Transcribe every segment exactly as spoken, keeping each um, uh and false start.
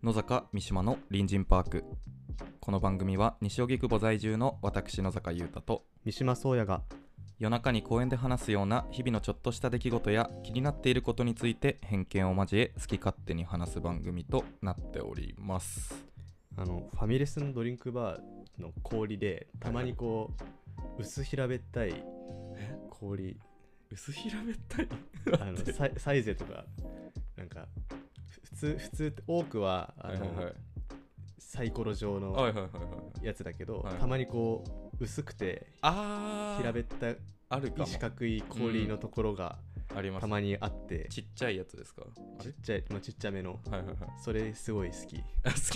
野坂三島の隣人パーク。この番組は西荻窪在住の私野坂優太と三島宗也が夜中に公園で話すような日々のちょっとした出来事や気になっていることについて偏見を交え好き勝手に話す番組となっております。 あのファミレスのドリンクバーの氷でたまにこう薄平べったい氷薄平べったいあのサイ、サイゼとかなんか普通普通って多くはあの、はいはいはい、サイコロ状のやつだけど、はいはいはい、たまにこう薄くてあ平べったい四角い氷のところが、うん、ありますたまにあってちっちゃいやつですか？ ちっちゃい、まあ、ちっちゃめの、はいはいはい、それすごい好き。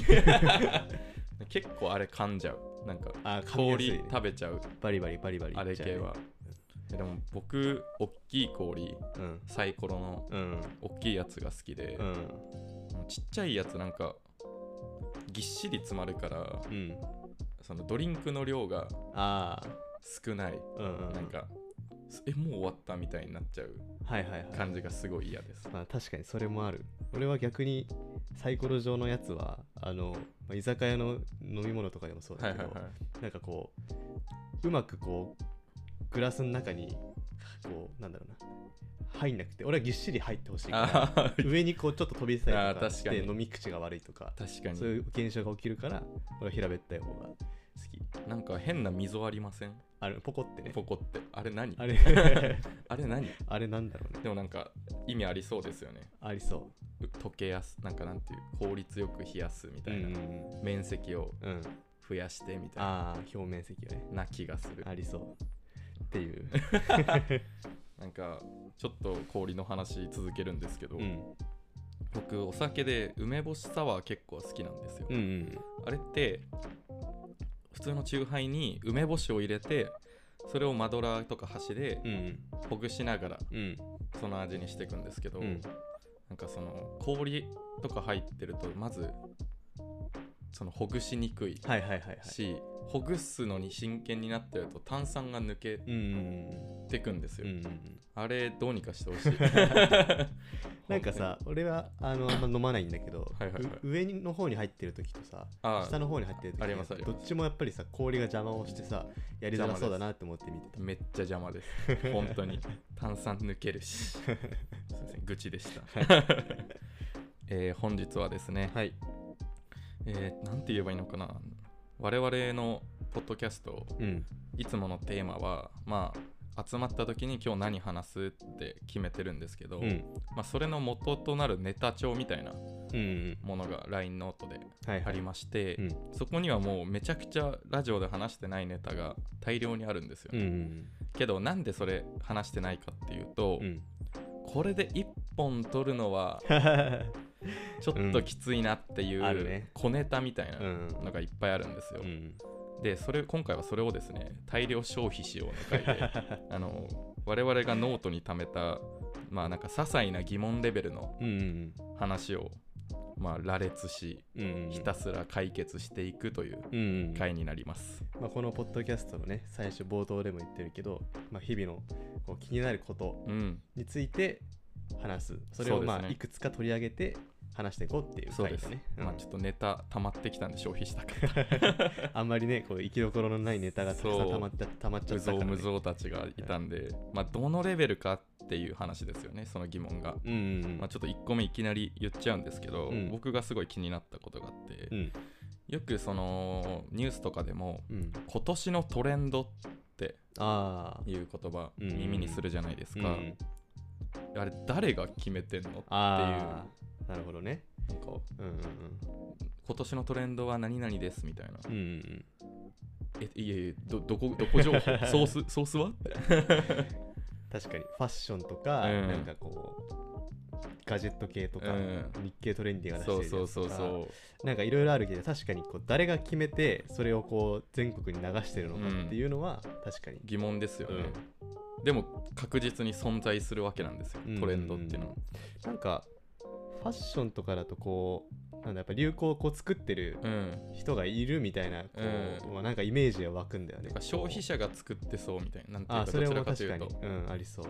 結構あれ噛んじゃう。なんかあ氷食べちゃう。 バリバリバリバリあれ系は。でも僕大きい氷、うん、サイコロの大きいやつが好きで、うん、ちっちゃいやつなんかぎっしり詰まるから、うん、そのドリンクの量が少ない、うんうん、なんかえもう終わったみたいになっちゃう感じがすごい嫌です、 はいはいはい。まあ、確かにそれもある。俺は逆にサイコロ状のやつはあの、まあ、居酒屋の飲み物とかでもそうだけど、はいはいはい、なんかこううまくこうグラスの中にこうなんだろうな入んなくて、俺はぎっしり入ってほしいから上にこうちょっと飛び出たりとかして飲み口が悪いとか、 確かにそういう現象が起きるから俺は平べったい方が好き。 なんか変な溝ありません？ あれポコってね。 ポコってあれ何？ あれあれ何？ あれなんだろうね。 でもなんか意味ありそうですよね。 ありそう。 溶けやすなんかなんていう効率よく冷やすみたいな、うん、面積を増やしてみたいな、うん、 ああ表面積をねな気がする。 ありそうっていうなんかちょっと氷の話続けるんですけど、うん、僕お酒で梅干しサワー結構好きなんですよ、うんうん、あれって普通のチューハイに梅干しを入れてそれをマドラーとか箸でほぐしながらその味にしていくんですけど、うん、なんかその氷とか入ってるとまずそのほぐしにくいし、はいはいはいはい、ほぐすのに真剣になってると炭酸が抜けてくんですよ、うんうんうん、あれどうにかしてほしいなんかさ俺はあのあんま飲まないんだけど、はいはいはい、上の方に入ってる時とさ下の方に入ってる時とさどっちもやっぱりさ氷が邪魔をしてさやりづらそうだなって思って見てた。 めっちゃ邪魔です本当に炭酸抜けるしすいません愚痴でした、えー、本日はですね、はいえー、なんて言えばいいのかな、我々のポッドキャスト、うん、いつものテーマはまあ集まった時に今日何話すって決めてるんですけど、うんまあ、それの元となるネタ帳みたいなものが ライン ノートでありまして、はいはいうん、そこにはもうめちゃくちゃラジオで話してないネタが大量にあるんですよ、ねうん、けどなんでそれ話してないかっていうと、うん、これでいっぽん撮るのはちょっときついなっていう小ネタみたいなのがいっぱいあるんですよ、うん、でそれ今回はそれをですね大量消費しようの回であの我々がノートに貯めたまあなんか些細な疑問レベルの話を、まあ、羅列し、うんうん、ひたすら解決していくという回になります、 うんうんまあ、このポッドキャストのね最初冒頭でも言ってるけど、まあ、日々のこう気になることについて話す、うん、それをまあ、ね、いくつか取り上げて話していこうっていう回だね、 うんまあ、ちょっとネタ溜まってきたんで消費したかったあんまりねこう生きどころのないネタがたくさん溜まっちゃ溜まっちゃったから、ね、 無造無造たちがいたんで、うんまあ、どのレベルかっていう話ですよねその疑問が、うんうんうんまあ、ちょっといっこめいきなり言っちゃうんですけど、うん、僕がすごい気になったことがあって、うん、よくそのニュースとかでも、うん、今年のトレンドっていう言葉耳にするじゃないですか、うんうん、あれ誰が決めてんのっていう。 なるほどね。 なんか、うんうんうん、今年のトレンドは何々ですみたいな、うんうん、えいえいえ ど, どこどこ情報ソースソースは確かにファッションとか、うん、なんかこうガジェット系とか、うん、日経トレンディが出してるやつとかそうそうそうそうなんかいろいろあるけど確かにこう誰が決めてそれをこう全国に流してるのかっていうのは確かに、 うん、疑問ですよね、うん、でも確実に存在するわけなんですよ、うん、トレンドっていうのは、 うん、なんかファッションとかだとこうなんだやっぱ流行をこう作ってる人がいるみたいな、こう、うんまあ、なんかイメージが湧くんだよね。 消費者が作ってそうみたいな、なんていうかどちらかというと、 あ、それも確かに、うん、ありそう。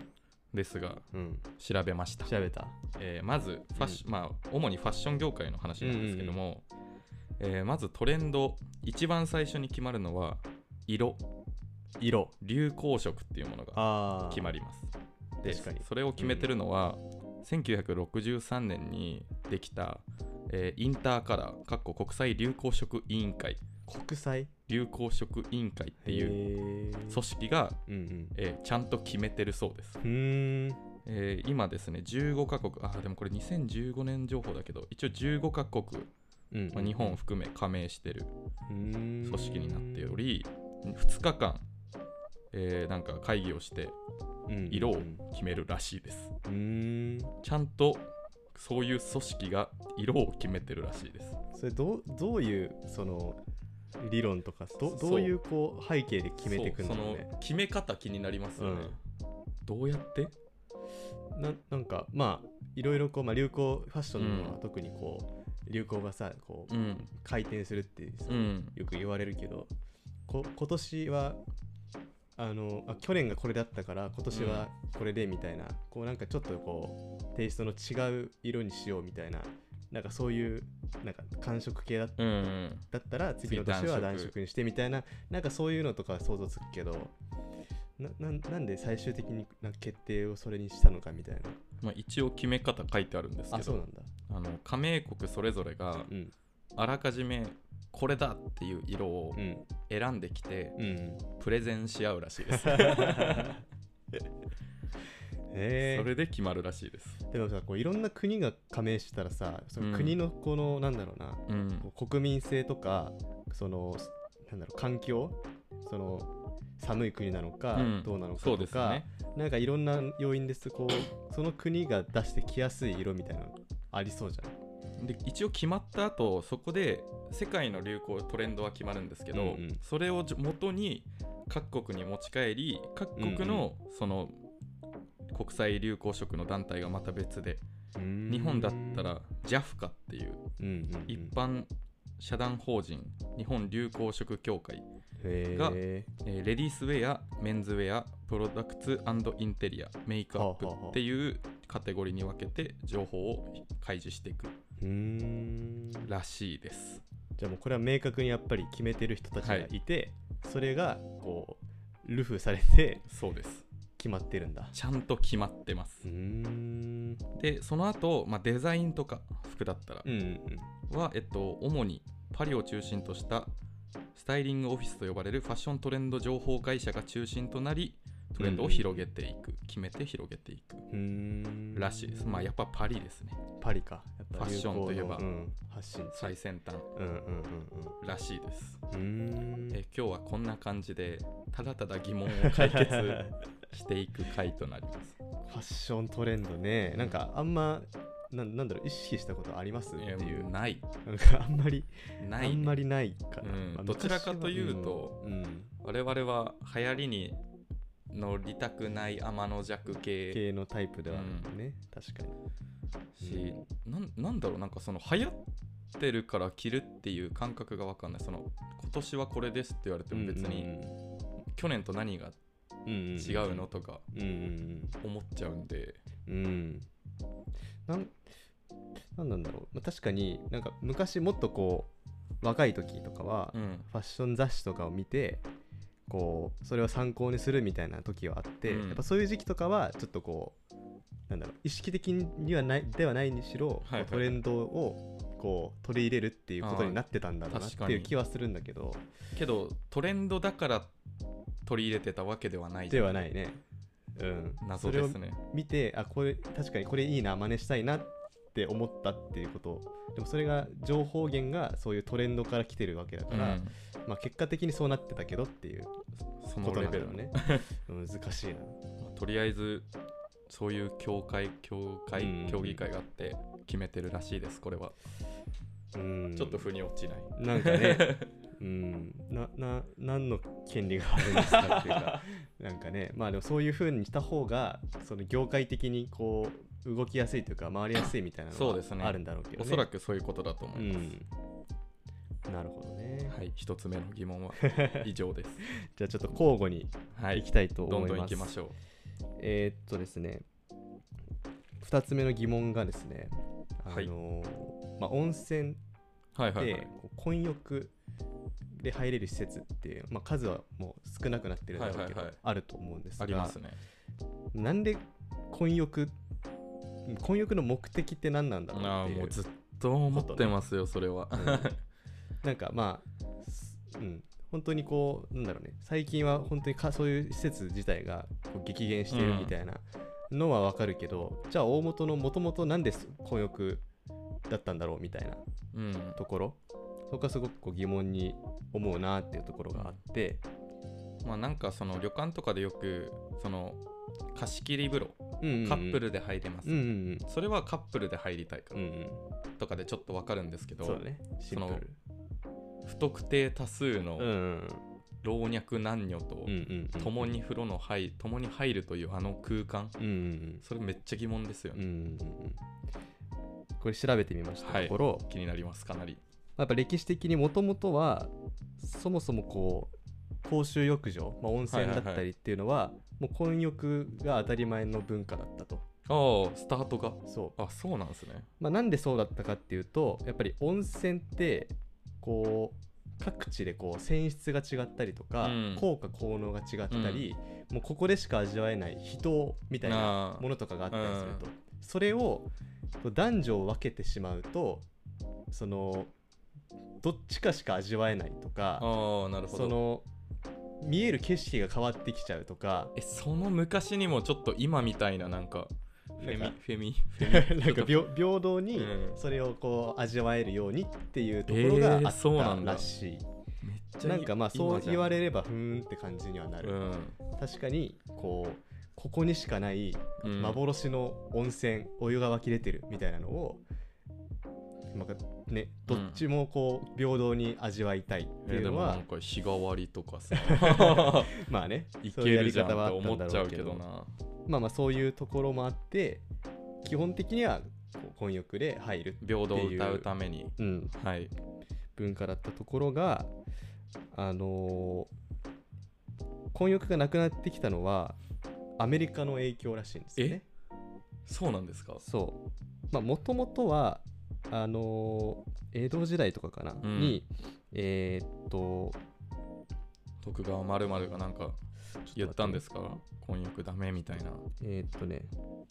ですが、 うん、 調べました。 調べた、 えー、まずファッシ、うん、まあ、主にファッション業界の話なんですけども、うんうんうん、えー、まずトレンド一番最初に決まるのは色色流行色っていうものが決まります。で確かにそれを決めてるのは、うん、せんきゅうひゃくろくじゅうさんねんにできた、えー、インターカラー国際流行色委員会国際流行色委員会っていう組織が、うんうんえー、ちゃんと決めてるそうです。 うーん、 えー、今ですねじゅうごカ国、あでもこれにせんじゅうごねん情報だけど一応じゅうごカ国、うんうんまあ、日本を含め加盟してる組織になっており、ふつかかん、えー、なんか会議をして色を決めるらしいです。 うんうん、 ちゃんとそういう組織が色を決めてるらしいです。 それどう、どういうその理論とか ど, どういうこう背景で決めていくんだろうね。 その決め方気になりますよね、うん、どうやってな, なんかまあいろいろこう、まあ、流行ファッションのは特にこう、うん、流行がさこう、うん、回転するってさ、うん、よく言われるけどこ今年はあのあ去年がこれだったから今年はこれでみたいな、うん、こうなんかちょっとこうテイストの違う色にしようみたいななんかそういうなんか寒色系だった、うんうん、だったら次の年は暖色にしてみたいななんかそういうのとか想像つくけど な, な, なんで最終的にな決定をそれにしたのかみたいな、 まあ、一応決め方書いてあるんですけどあそうなんだあの加盟国それぞれがあらかじめこれだっていう色を選んできて、うん、プレゼンし合うらしいですえー、それで決まるらしいです。 でもさこういろんな国が加盟したらさその国のこの、うん、なんだろうな、うん、こう国民性とかそのなんだろう環境その寒い国なのか、うん、どうなのかとか、ね、なんかいろんな要因ですこうその国が出してきやすい色みたいなのありそうじゃないで一応決まった後そこで世界の流行トレンドは決まるんですけど、うんうん、それを元に各国に持ち帰り各国のその、うんうん国際流行色の団体がまた別で日本だったら ジャフカ っていう一般社団法人日本流行色協会が、えー、レディースウェアメンズウェアプロダクツ&インテリアメイクアップっていうカテゴリーに分けて情報を開示していくらしいです。 じゃあもうこれは明確にやっぱり決めてる人たちがいて、はい、それがこうルフされてそうです決まってるんだ。 ちゃんと決まってます。うーんでその後、まあ、デザインとか服だったらは、うんうんえっと、主にパリを中心としたスタイリングオフィスと呼ばれるファッショントレンド情報会社が中心となりトレンドを広げていく、うんうん、決めて広げていくうーんらしいです。まあやっぱパリですね。 パリかやっぱファッションといえば、うん、 発信最先端、うんうんうんうん、らしいです。うーんえ今日はこんな感じでただただ疑問を解決していく回となります。 ファッショントレンドねなんかあんまな, なんだろう意識したことありますっていうないなんかあんまりない、ね、 あんまりないかな、うん、どちらかというと、うんうん、我々は流行りに乗りたくない天の弱系系のタイプではあるね、うん、確かにし、うん、な, なんだろうなんかその流行ってるから着るっていう感覚が分かんない。その今年はこれですって言われても別に、うんうんうん、去年と何が違うのとか思っちゃうんで、うんうんうん、 なんなんなんだろう、まあ、確かになんか昔もっとこう若い時とかは、うん、ファッション雑誌とかを見てこうそれを参考にするみたいな時はあって、うん、やっぱそういう時期とかはちょっとこうなんだろう意識的にはないではないにしろ、はいはいはい、トレンドをこう取り入れるっていうことになってたんだろうなっていう気はするんだけどけどトレンドだから取り入れてたわけではないではないね。うん、 謎ですね。 それを見てあこれ確かにこれいいな真似したいなって思ったっていうこと。でもそれが情報源がそういうトレンドから来てるわけだから、うんまあ、結果的にそうなってたけどっていうことなんだよね。難しいな、まあ、とりあえずそういう協会協会、うん、協議会があって決めてるらしいです。これはうんちょっと腑に落ちないなんかねうんなな何の権利があるんですかっていうかなんかねまあでもそういう風にした方がその業界的にこう動きやすいというか回りやすいみたいなのがあるんだろうけどね。 おそらくそういうことだと思います、 うん、なるほどね。 はい一つ目の疑問は以上ですじゃあちょっと交互にいきたいと思います、 はい、どんどんいきましょう。 えー、っとですねふたつめの疑問がですね、あのーはいまあ、温泉はいはいはいでこう混浴で入れる施設っていう、まあ、数はもう少なくなってるんだろうけど、 はいはいはいあると思うんですが、 ありますね。 なんで混浴混浴の目的って何なんだろうああっていうもうずっと思ってますよ、それは。 うんなんかまあ、すうん本当にこうなんだろうね、最近は本当にかそういう施設自体がこう激減してるみたいなのはわかるけど、うん、じゃあ大元のもともとなんで混浴だったんだろうみたいなところ、うん、そこはすごくこう疑問に思うなっていうところがあって、 まあなんかその旅館とかでよくその貸し切り風呂、うんうんうん、カップルで入れます、うんうんうん、それはカップルで入りたいから、うんうん、とかでちょっとわかるんですけど、 そうだね、シンプル、 不特定多数の老若男女と共に風呂の入共に入るというあの空間、うんうんうん、それめっちゃ疑問ですよね、うんうんうん、 これ調べてみましたところ、はい、 気になりますかなり。 やっぱ歴史的にもともとはそもそもこう公衆浴場、まあ、温泉だったりっていうのは、はいはいはい、もう混浴が当たり前の文化だったと。 ああスタートがそうあそうなんですね、 まあ、なんでそうだったかっていうと、やっぱり温泉ってこう各地でこう泉質が違ったりとか、うん、効果効能が違ったり、うん、もうここでしか味わえない人みたいなものとかがあったりすると、それを男女を分けてしまうと、そのどっちかしか味わえないとか、 あなるほど、 その見える景色が変わってきちゃうとか、 えその昔にもちょっと今みたいななんかフェミフェミフェミなんか 平, 平等にそれをこう味わえるようにっていうところがあったらしい、えー、めっちゃなんかまあそう言われればふーんって感じにはなる、うん、確かにこうここにしかない幻の温泉、うん、お湯が湧き出てるみたいなのをなんかね、どっちもこう平等に味わいたいっていうのは、 うんえー、でもなんか日替わりとかさまあねいけるじゃんって思っちゃうけどな。 まあまあそういうところもあって基本的にはこう混浴で入るっていう平等を歌うために、 うんはい、文化だったところが、あのー、混浴がなくなってきたのはアメリカの影響らしいんですよね。 えそうなんですか。 そうまあもともとはあのー、江戸時代とかかな、うん、にえー、っと徳川丸々がなんか言ったんですか、混浴ダメみたいな。 えー、っとね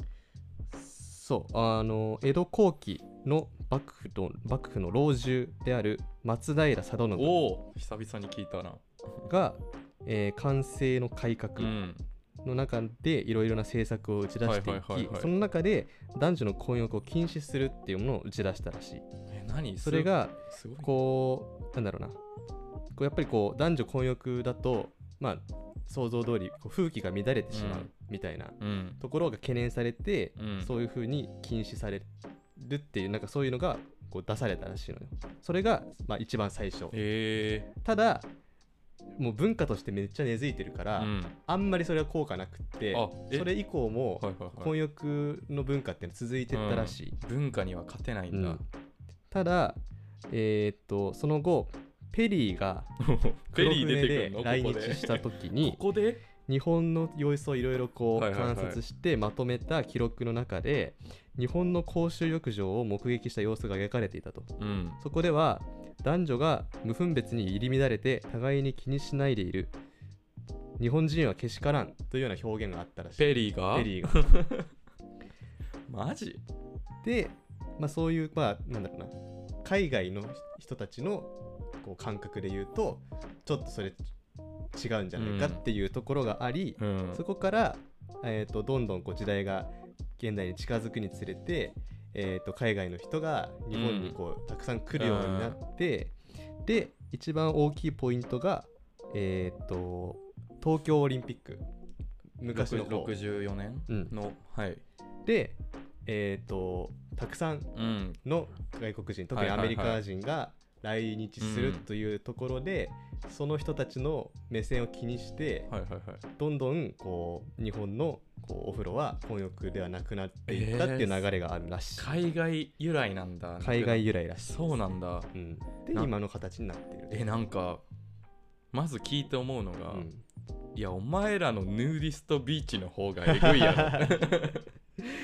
そうあの江戸後期の幕府と幕府の老中である松平定信、 お久々に聞いたなが、えー、寛政の改革の中でいろいろな政策を打ち出していき、その中で男女の混浴を禁止するっていうものを打ち出したらしい。 え何それがこうなんだろうな、こうやっぱりこう男女混浴だとまあ想像通りこう風紀が乱れてしまうみたいなところが懸念されて、うん、そういう風に禁止されるっていうなんかそういうのがこう出されたらしいのよ。それがまあ一番最初、 えー、 ただもう文化としてめっちゃ根付いてるから、うん、あんまりそれは効果なくってそれ以降も混浴の文化っていうのは続いてったらしい、 うん、文化には勝てないんだ、うん、 ただ、えー、っとその後ペリーが黒船で来日した時にここで日本の様子をいろいろこう観察してまとめた記録の中で日本の公衆浴場を目撃した様子が描かれていたと、うん、そこでは男女が無分別に入り乱れて互いに気にしないでいる、日本人はけしからんというような表現があったらしい。 ペリーがペリーがマジで、まあ、そういうまあなんだろうな海外の人たちのこう感覚で言うとちょっとそれ違うんじゃないかっていうところがあり、うん、そこから、えーと、どんどんこう時代が現代に近づくにつれて、えーと、海外の人が日本にこう、うん、たくさん来るようになって、うん、で一番大きいポイントが、えーと、東京オリンピック昔の方ろくじゅうよねんの、うんはい、 で、えーと、たくさんの外国人、特にアメリカ人が来日するというところで、うん、その人たちの目線を気にして、はいはいはい、どんどんこう日本のこうお風呂は混浴ではなくなっていったっていう流れがあるらしい、 えー、海外由来なんだ。 海外由来らしい。 そうなんだ、 うん、で今の形になってる。 えなんかまず聞いて思うのが、うん、いやお前らのヌーディストビーチの方がエグいやろ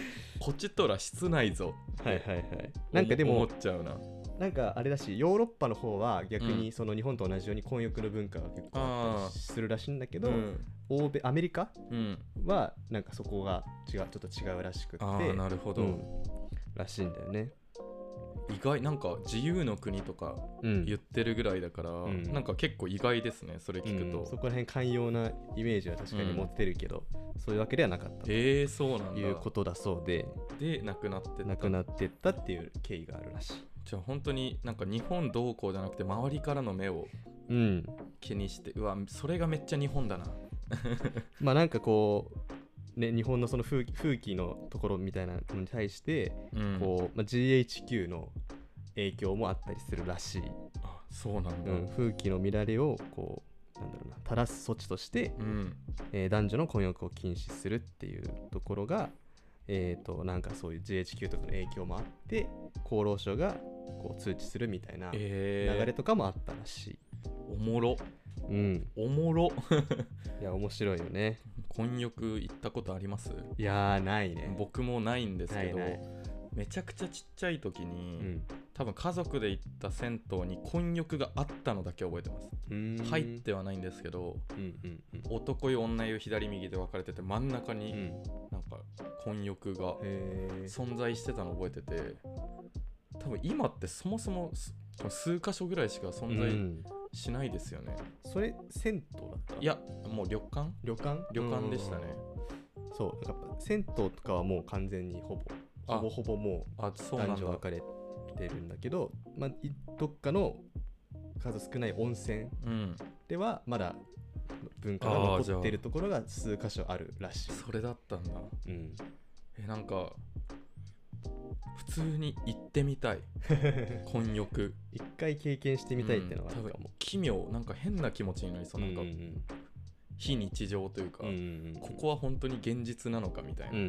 こっちとら室内ぞはいはいはい。なんかでも思っちゃうな。 なんかあれだし、ヨーロッパの方は逆にその日本と同じように混浴の文化が結構あったりするらしいんだけど、うん、欧米アメリカ、うん、はなんかそこが違う、ちょっと違うらしくって。 ああ、なるほど、うん、 らしいんだよね。 意外、なんか自由の国とか言ってるぐらいだから、うん、なんか結構意外ですね、それ聞くと、 うん、そこら辺寛容なイメージは確かに持ってるけど、うん、そういうわけではなかったとえー、そうなんだいうことだそうで、 で亡くなってった亡くなってったっていう経緯があるらしい。 じゃあ本当になんか日本どうこうじゃなくて周りからの目を気にして、うん、うわそれがめっちゃ日本だなまあなんかこうね、日本のその 風, 風紀のところみたいなのに対して、うんこうまあ、ジーエイチキュー の影響もあったりするらしい。 あ、そうなんだ、 うん、風紀の乱れをこうなんだろうな正す措置として、うんえー、男女の混浴を禁止するっていうところが、えー、となんかそういう ジーエイチキュー とかの影響もあって厚労省がこう通知するみたいな流れとかもあったらしい。 えー、おもろ、 うん、 おもろいや面白いよね。 混浴行ったことあります？ いやーないね。 僕もないんですけど、 ないないめちゃくちゃちっちゃい時に、うん、多分家族で行った銭湯に混浴があったのだけ覚えてます。入ってはないんですけど、うんうんうん、男湯女湯左右で分かれてて真ん中になんか混浴が存在してたの覚えてて、多分今ってそもそも数箇所ぐらいしか存在しないですよね、 うん、それ銭湯だった？ いやもう旅館旅館旅館でしたね。 そうなんか銭湯とかはもう完全にほぼほぼほぼもう男女分かれてるんだけど、まあ、どっかの数少ない温泉ではまだ文化が残っているところが数箇所あるらしい。 それだったんだ、うん、えなんか普通に行ってみたい混浴一回経験してみたいってのはあるかも、うん、多分奇妙なんか変な気持ちになりそう、なんか、うんうん、非日常というか、うんうん、ここは本当に現実なのかみたいな、うんうん、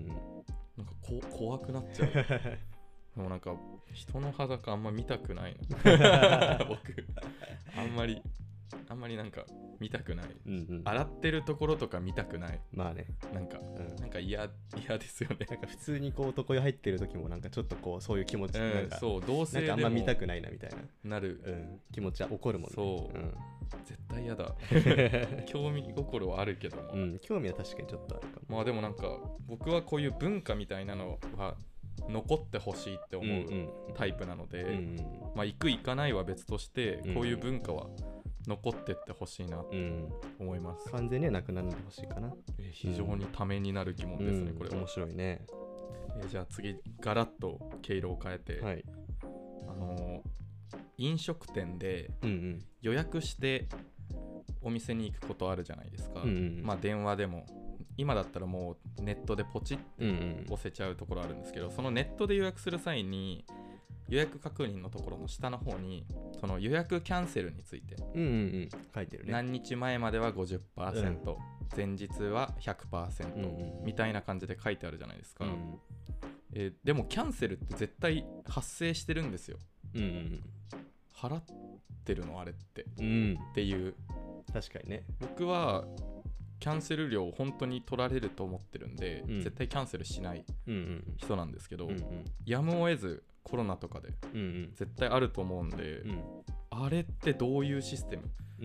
なんかこ怖くなっちゃうでもなんか人の裸あんま見たくないな僕あんまりあんまりなんか見たくない、うんうん、洗ってるところとか見たくない。 まあね、 なんか、うん、なんか嫌嫌ですよね。 なんか普通にこう男湯入ってる時もなんかちょっとこうそういう気持ち、うん、なんかそう同性でもなんかあんま見たくないなみたいななる、 うん、気持ちは起こるもんね。 そう、うん、絶対嫌だ興味心はあるけども、 うん、興味は確かにちょっとあるかも。 まあでもなんか僕はこういう文化みたいなのは残ってほしいって思うタイプなので、うんうん、まあ行く行かないは別として、こういう文化は残ってってほしいなと思います、 うん、完全にはなくなるでほしいかな。 えー、非常にためになる疑問ですね、うん、これは面白いね。 えー、じゃあ次ガラッと毛色を変えて、はい、あのー、飲食店で予約してお店に行くことあるじゃないですか、うんうん、まあ電話でも今だったらもうネットでポチッて押せちゃうところあるんですけど、うんうん、そのネットで予約する際に予約確認のところの下の方にその予約キャンセルについて、 うんうんうん、書いてるね。 何日前までは ごじゅっパーセント、うん、前日は ひゃくパーセント、うんうん、みたいな感じで書いてあるじゃないですか、うん、えー、でもキャンセルって絶対発生してるんですよ、うんうん、払ってるのあれって、うん、っていう。 確かにね。 僕はキャンセル料を本当に取られると思ってるんで、うん、絶対キャンセルしない人なんですけど、うんうん、やむを得ずコロナとかで絶対あると思うんで、うん、あれってどういうシステム、うん、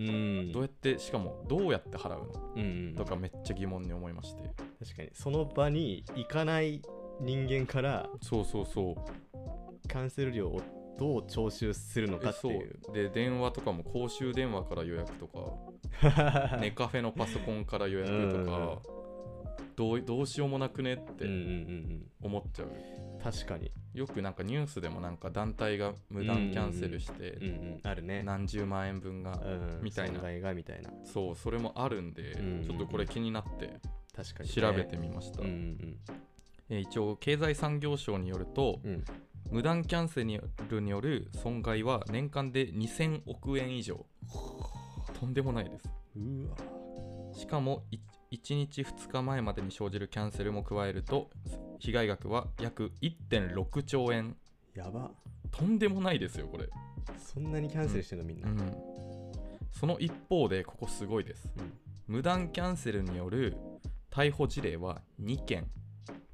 どうやってしかもどうやって払うの、うんうん、とかめっちゃ疑問に思いまして。 確かにその場に行かない人間からそうそうそうキャンセル料をどう徴収するのかっていう。 そうで電話とかも公衆電話から予約とかネカフェのパソコンから予約とか、うん、どう、どうしようもなくねって思っちゃう、うんうんうん、 確かによくなんかニュースでもなんか団体が無断キャンセルして何十万円分がみたいな、 損害がみたいな、 そうそれもあるんで、うんうん、ちょっとこれ気になって調べてみました、うんうん、えー、一応経済産業省によると、うん、無断キャンセルによる損害は年間でにせんおくえん以上。とんでもないです。 うわ。 しかもいちにちふつかまえまでに生じるキャンセルも加えると被害額は約 いってんろくちょうえん。 やば。 とんでもないですよこれ。 そんなにキャンセルしてるの、うん、みんな、うん、 その一方でここすごいです、うん、無断キャンセルによる逮捕事例はにけん。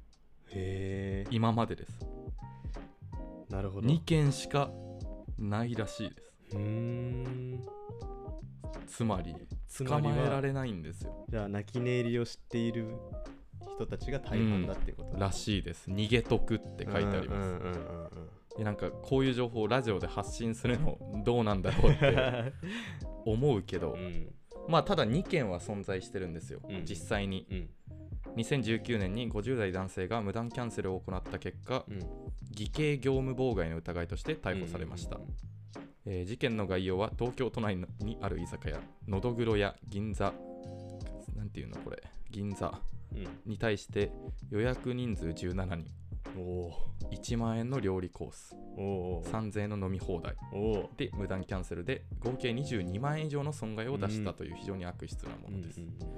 へえ。 今までです。 なるほど。 にけんしかないらしいです。 うーん。 つまりつまりは捕まえられないんですよ。 じゃあ泣き寝入りを知っている人たちが大半だっていうこと、 うん、らしいです。逃げとくって書いてあります。うんうんうんうん、いやなんかこういう情報をラジオで発信するのどうなんだろうって思うけど、うん、まあただにけんは存在してるんですよ、うん、実際に、うん、にせんじゅうきゅうねんにごじゅう代男性が無断キャンセルを行った結果、うん、偽計業務妨害の疑いとして逮捕されました、うんうんうん、えー、事件の概要は東京都内にある居酒屋のどぐろ屋銀座なんていうのこれ銀座、うん、に対して予約人数じゅうななにん、おいちまん円の料理コース、おさんぜんえんの飲み放題で無断キャンセルで合計にじゅうにまん円以上の損害を出したという非常に悪質なものです、うんうんうん、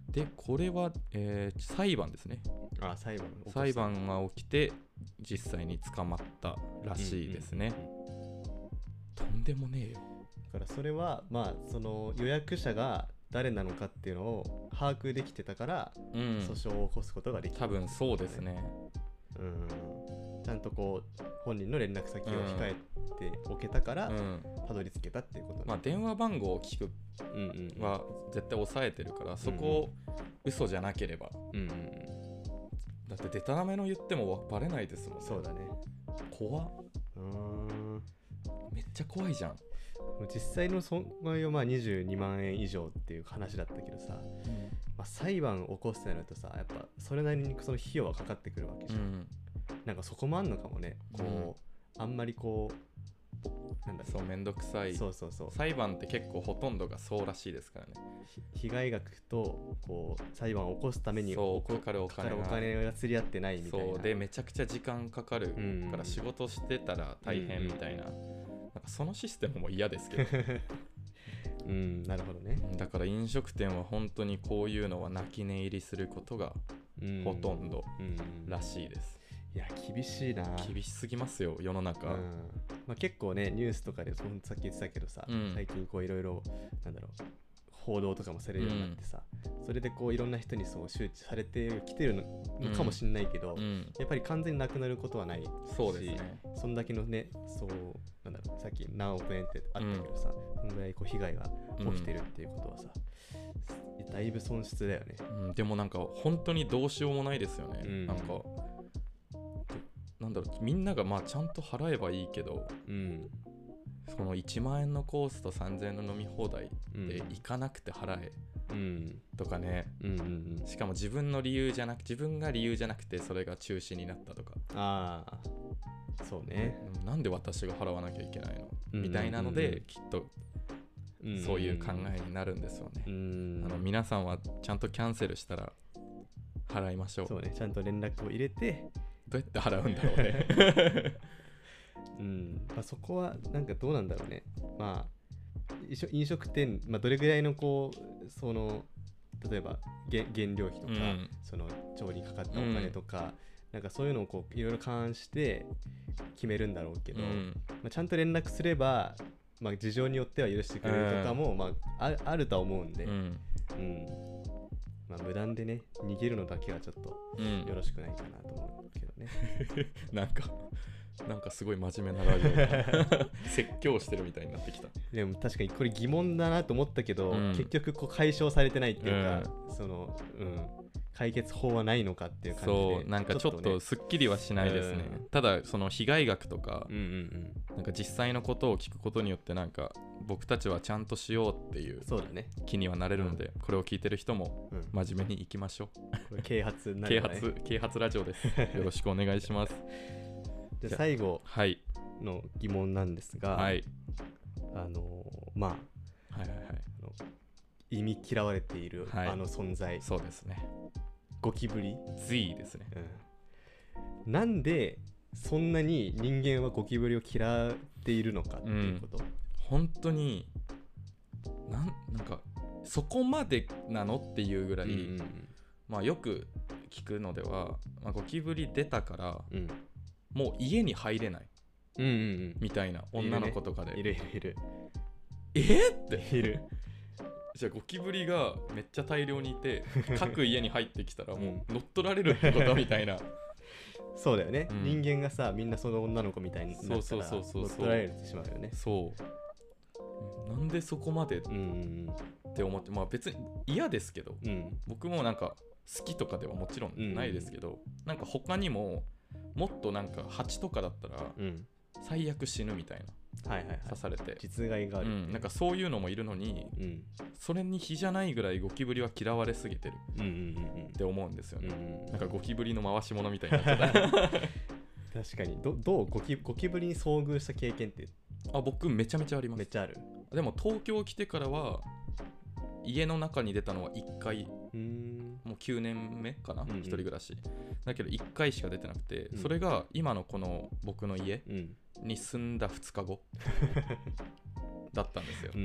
でこれは、えー、裁判ですね。 あ、裁判裁判が起きて実際に捕まったらしいですね、うんうんうん、とんでもねえよ。 だからそれはまあその予約者が誰なのかっていうのを把握できてたから、うん、訴訟を起こすことができた、 ね、多分そうですね。 うん、ちゃんとこう本人の連絡先を控えておけたから、うん、たどり着けたっていうこと、ね、 まあ電話番号を聞くは絶対抑えてるから、うんうん、そこを嘘じゃなければ、うんうん、だってデタラメの言ってもバレないですもんね。 そうだね。 怖っ。うーん、めっちゃ怖いじゃん。 実際の損害はまあにじゅうにまん円以上っていう話だったけどさ、うん、まあ、裁判を起こすとなるとさ、やっぱそれなりにその費用はかかってくるわけじゃん、うん、なんかそこもあんのかもね。こう、うん、あんまりこうなんだろう、 そうめんどくさい。 そうそうそう、 裁判って結構ほとんどがそうらしいですからね。 被害額とこう裁判を起こすためにそうかかるお金がお金が釣り合ってないみたいな。 そうでめちゃくちゃ時間かかるから仕事してたら大変みたいな、うんうん、なんかそのシステムも嫌ですけどうん、なるほどね。 だから飲食店は本当にこういうのは泣き寝入りすることがほとんどらしいです、 うんうん、いや厳しいな。 厳しすぎますよ世の中、うん、 まあ、結構ねニュースとかでさっき言ってたけどさ、うん、最近こういろいろなんだろう報道とかもされるようになってさ、うん、それでこういろんな人にそう周知されてきてるのかもしれないけど、うん、やっぱり完全になくなることはないし、 そうですね、 そんだけのね、そうなんだろう、さっき何億円ってあったけどさ、うん、そのぐらいこう被害が起きてるっていうことはさ、うん、だいぶ損失だよね、 うん、でもなんか本当にどうしようもないですよね、うん、なんかなんだろう、みんながまあちゃんと払えばいいけど、うん、そのいちまん円のコースとさんぜんえんの飲み放題で行かなくて払え、うん、とかね、うんうんうん、しかも自分の理由じゃなく自分が理由じゃなくてそれが中止になったとか、 ああそうね、 なんで私が払わなきゃいけないの、うん、みたいなので、うん、きっとそういう考えになるんですよね、うん、あの皆さんはちゃんとキャンセルしたら払いましょう。 そうね、ちゃんと連絡を入れてどうやって払うんだろうねうん、まあ、そこはなんかどうなんだろうね。まあ飲食店、まあ、どれぐらいのこうその例えば原料費とか、うん、その調理にかかったお金とか、うん、なんかそういうのをこういろいろ勘案して決めるんだろうけど、うん、まあ、ちゃんと連絡すれば、まあ、事情によっては許してくれるとかも、うん、まあ、あ, あるとは思うんで、うんうん、まあ、無断でね逃げるのだけはちょっとよろしくないかなと思うけどね、 うん、なんかなんかすごい真面目なラジオ説教してるみたいになってきた。 でも確かにこれ疑問だなと思ったけど、うん、結局こう解消されてないっていうか、うん、その、うん、解決法はないのかっていう感じで、 そうなんかちょっとすっきりはしないですね、うん、ただその被害額とか、うんうんうん、なんか実際のことを聞くことによってなんか僕たちはちゃんとしようっていう気にはなれるので、うん、これを聞いてる人も真面目にいきましょう、 これ啓発になる、ね、啓発啓発ラジオですよろしくお願いしますで最後の疑問なんですが、はい、あのまあ、はいはいはい、あの意味嫌われている、はい、あの存在、 そうですね、 ゴキブリ Z ですね、 うん、なんでそんなに人間はゴキブリを嫌っているのかっていうこと、うん、 本当になんなんかそこまでなのっていうぐらい、うんうんうん、まあよく聞くのでは、まあ、ゴキブリ出たから、うん、もう家に入れない、うんうんうん、みたいな女の子とかでいる、ね、いるいるいるえっているじゃあゴキブリがめっちゃ大量にいて各家に入ってきたらもう乗っ取られるってことみたいなそうだよね、 うん、 人間がさみんなその女の子みたいになったらそうそうそうそう取られてしまうよね。 そうなんでそこまでって思って、まあ別に嫌ですけど、 うん、 僕もなんか好きとかではもちろんないですけど、うん、なんか他にももっとなんかハチとかだったら最悪死ぬみたいな、はいはいはい、刺されて実害がある、 うん、なんかそういうのもいるのに、うん、それに比じゃないぐらいゴキブリは嫌われすぎてるって思うんですよね、うんうんうん、なんかゴキブリの回し物みたいになっちゃった確かに ど, どうゴキゴキブリに遭遇した経験って？ あ、僕めちゃめちゃあります。 めっちゃある。 でも東京来てからは家の中に出たのはいっかい、うーんもうきゅうねんめかな、うんうん、一人暮らしだけどいっかいしか出てなくて、うん、それが今のこの僕の家に住んだふつかごだったんですよ、うん、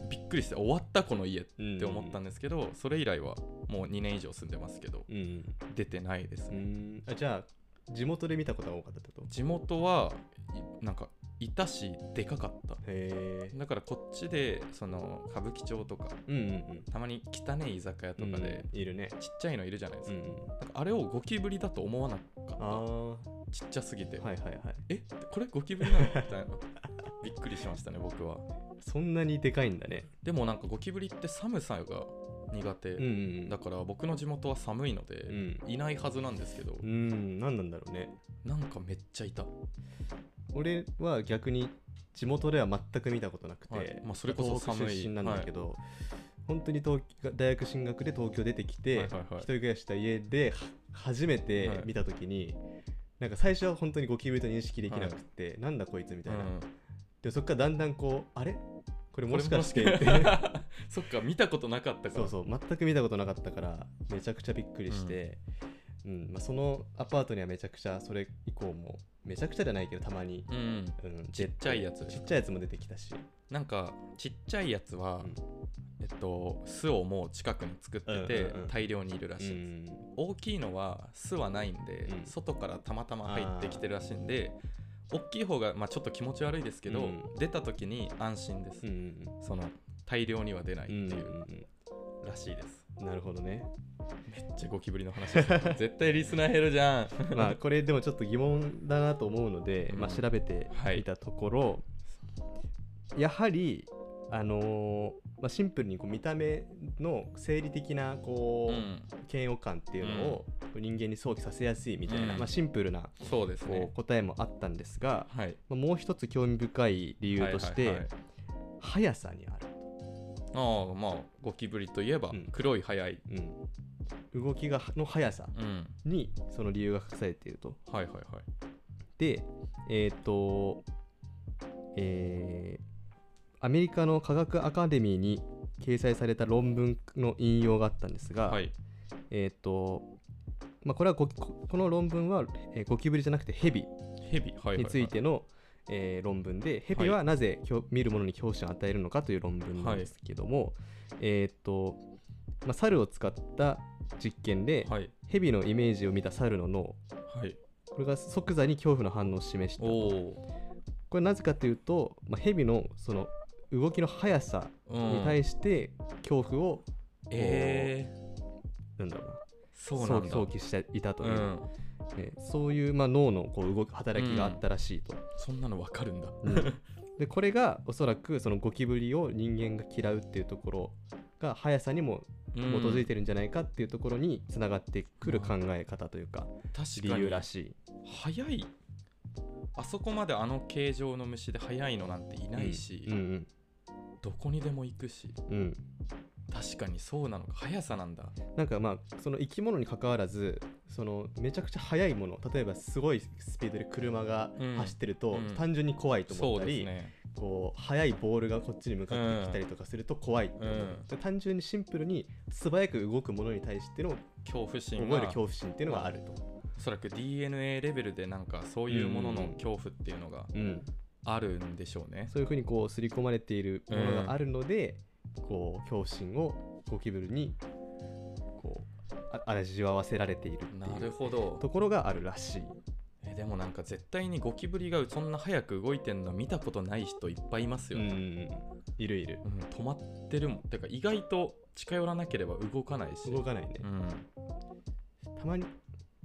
びっくりして終わったこの家って思ったんですけど、うん、それ以来はもうにねん以上住んでますけど、うん、出てないですね。うん、 あ、じゃあ地元で見たことが多かったってこと？ 地元はなんかいたしでかかった。へー。だからこっちでその歌舞伎町とか、うんうんうん、たまに汚い居酒屋とかで、うん、いるね、ちっちゃいのいるじゃないですか、うんうん、なんかあれをゴキブリだと思わなかった。あ、ちっちゃすぎて、はいはいはい、えこれゴキブリなのみたいなびっくりしましたね僕は。 そんなにでかいんだね。 でもなんかゴキブリって寒さが苦手、うんうん、だから僕の地元は寒いので、うん、いないはずなんですけど、 うん、何なんだろうね。 なんかめっちゃいた。 俺は逆に地元では全く見たことなくて、はい、まあ、それこそ寒い出身なんだけど、はい、本当に東大学進学で東京出てきて、はいはいはい、一人暮らしした家で初めて見たときに、はい、なんか最初は本当にゴキブリと認識できなくて、はい、なんだこいつみたいな、うん、でそっからだんだんこうあれこれもしかしてってそっか見たことなかったから、 そうそう全く見たことなかったからめちゃくちゃびっくりして、うんうん、まあ、そのアパートにはめちゃくちゃそれ以降もめちゃくちゃじゃないけどたまに、うんうん、ちっちゃいやつちっちゃいやつも出てきたし、 なんかちっちゃいやつは、うん、えっと巣をもう近くに作ってて、うんうんうん、大量にいるらしいです、うん、大きいのは巣はないんで、うん、外からたまたま入ってきてるらしいんで、大きい方が、まあ、ちょっと気持ち悪いですけど、うん、出た時に安心です、うんうん、その大量には出ないっていう、うんうんうん、らしいです。 なるほどね。 めっちゃゴキブリの話です絶対リスナー減るじゃんまあこれでもちょっと疑問だなと思うので、うん、まあ、調べてみたところ、はい、やはりあのーまあ、シンプルにこう見た目の生理的なこう、うん、嫌悪感っていうのを人間に想起させやすいみたいな、うん、まあ、シンプルなそうですね、 こう答えもあったんですが、はい、まあ、もう一つ興味深い理由として、はいはいはい、速さにある。 ああ、まあゴキブリといえば黒い速い、 うん、動きがの速さにその理由が隠されていると、 うん、はいはいはい。 でえっ、ー、とえーアメリカの科学アカデミーに掲載された論文の引用があったんですが、はい、えっ、ー、とまあ、これはゴこの論文は、えー、ゴキブリじゃなくてヘビについての、えー、論文で、ヘビはなぜ、はい、見るものに恐怖心を与えるのかという論文なんですけども、はい、えっ、ー、と、まあ、猿を使った実験で、はい、ヘビのイメージを見た猿の脳、はい、これが即座に恐怖の反応を示したと。これなぜかというと、まあ、ヘビのその動きの速さに対して恐怖を、うん、えー、なんだろうな、 そうなんだ、 想起していたという、うんね、そういう、まあ、脳のこう動く働きがあったらしいと、うん、 そんなの分かるんだ、 うん、でこれがおそらくそのゴキブリを人間が嫌うっていうところが速さにも基づいてるんじゃないかっていうところにつながってくる考え方というか、理由らしい。 速い、あそこまであの形状の虫で速いのなんていないし、うんうんうん、どこにでも行くし、うん、確かにそうなのか、速さなんだ。 なんかまあその生き物に関わらず、そのめちゃくちゃ速いもの、例えばすごいスピードで車が走ってると、うん、単純に怖いと思ったり、うん、ね、こう速いボールがこっちに向かってきたりとかすると怖いって思う、うん、単純にシンプルに素早く動くものに対しての恐怖心、 覚える恐怖心っていうのがあると。 おそらく ディーエヌエー レベルでなんかそういうものの恐怖っていうのがあるんでしょうね、 うん、そういうふうにこう刷り込まれているものがあるので、うん、こう恐怖心をゴキブリにこう味わわせられているっていうところがあるらしい。 えでもなんか絶対にゴキブリがそんな早く動いてるの見たことない人いっぱいいますよね、うん、 いるいる、 うん、止まってるもん。てか意外と近寄らなければ動かないし。 動かないね、うん、たまに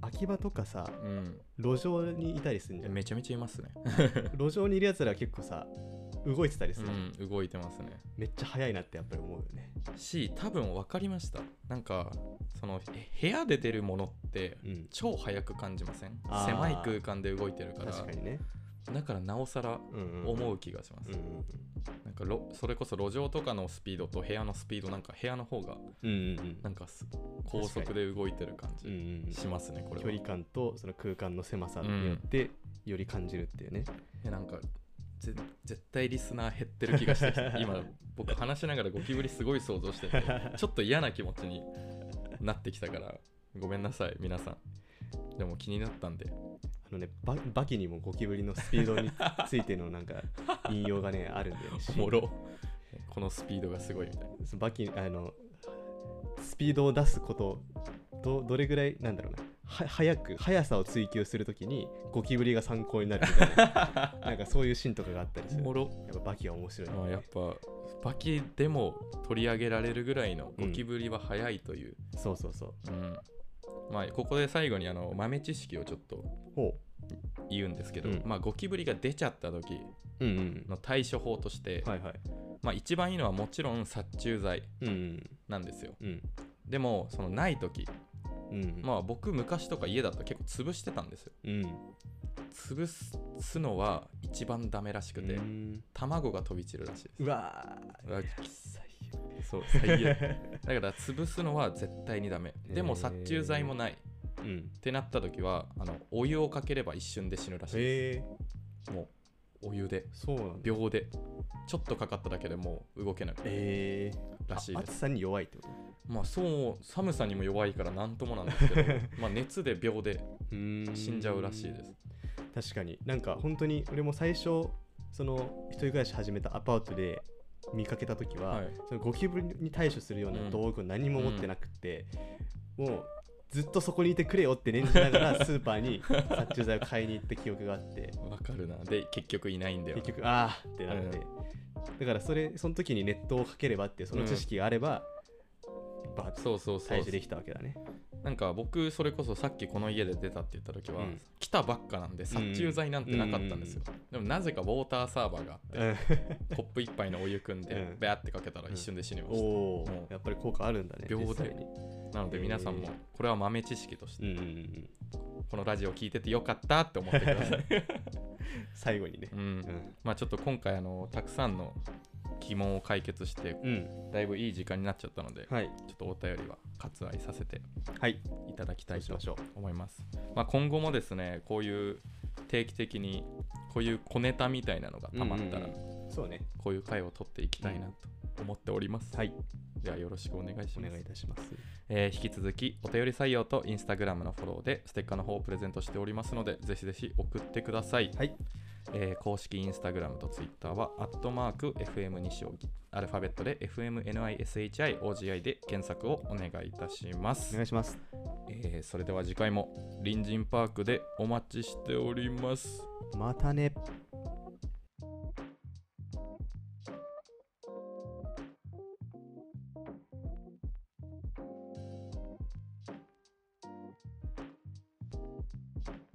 秋葉とかさ、 うん、 路上にいたりするんじゃん。 めちゃめちゃいますね路上にいるやつら結構さ動いてたりする、 うん、動いてますね。 めっちゃ速いなってやっぱり思うよね。 し、多分分かりました。なんかその部屋で出るものって超速く感じません、うん、狭い空間で動いてるから。 確かにね。 だからなおさら思う気がします、うんうんうん、なんかろそれこそ路上とかのスピードと部屋のスピード、なんか部屋の方がなんか高速で動いてる感じしますね。これは距離感とその空間の狭さによってより感じるっていうね、 うん、なんかぜ絶対リスナー減ってる気がしてきて今僕話しながらゴキブリすごい想像しててちょっと嫌な気持ちになってきたからごめんなさい皆さん。でも気になったんで、 あのね、バ, バキにもゴキブリのスピードについてのなんか引用がねあるんだよね。 おもろ、このスピードがすごいみたいな。 バキあのスピードを出すことどどれぐらいなんだろうな、は速く速さを追求するときにゴキブリが参考になるみたいななんかそういうシーンとかがあったりする。 おもろ。 やっぱバキは面白い、ね。 まあ、やっぱバキでも取り上げられるぐらいのゴキブリは速いという、 うん、そうそうそう、 うん、まあここで最後にあの豆知識をちょっと言うんですけど、うん、まあゴキブリが出ちゃった時の対処法として、うんうん、はいはい、まあ一番いいのはもちろん殺虫剤なんですよ、うんうん、でもそのない時、うん、まあ僕昔とか家だと結構潰してたんですよ、うん、潰すのは一番ダメらしくて、うん、卵が飛び散るらしいです。 うわーそう最悪だから潰すのは絶対にダメ。でも殺虫剤もない、うん、ってなった時はあのお湯をかければ一瞬で死ぬらしいです。もうお湯で秒でちょっとかかっただけでもう動けなくなるらしいです。 暑さに弱いってこと？ まあそう寒さにも弱いからなんともなんですけどまあ熱で秒で死んじゃうらしいです。 確かになんか本当に俺も最初その一人暮らし始めたアパートで見かけたときは、はい、そのゴキブリに対処するような道具を何も持ってなくて、うん、もうずっとそこにいてくれよって念じながらスーパーに殺虫剤を買いに行った記憶があってわかるな。で結局いないんだよ。 結局あーってなって、うん、だからそれその時に熱湯をかければってその知識があれば、うん、バーッと対処できたわけだね。 なんか僕それこそさっきこの家で出たって言った時は、うん、来たばっかなんで殺虫剤なんてなかったんですよ、うんうんうん、でもなぜかウォーターサーバーがあって、うん、コップ一杯のお湯汲んで、うん、バーってかけたら一瞬で死にました、うん、 おやっぱり効果あるんだね。 秒で。なので皆さんもこれは豆知識として、うんうんうん、このラジオ聞いててよかったって思ってください最後にね、 うんうん、まあちょっと今回あのたくさんの疑問を解決して、うん、だいぶいい時間になっちゃったので、はい、ちょっとお便りは割愛させていただきたいと思います、はい、まあ、今後もですねこういう定期的にこういう小ネタみたいなのがたまったら、うんうん、そうね、こういう回を取っていきたいなと思っております、うん、はい、ではよろしくお願いします。 お願いいたします。 えー、引き続きお便り採用とインスタグラムのフォローでステッカーの方をプレゼントしておりますのでぜひぜひ送ってください。はい、えー、公式インスタグラムとツイッターはアットマーク エフエム 西荻、アルファベットで エフエム エヌ アイ エス エイチ アイ オー ジー アイ で検索をお願いいたします。 お願いします。 えー、それでは次回も隣人パークでお待ちしております。 またね。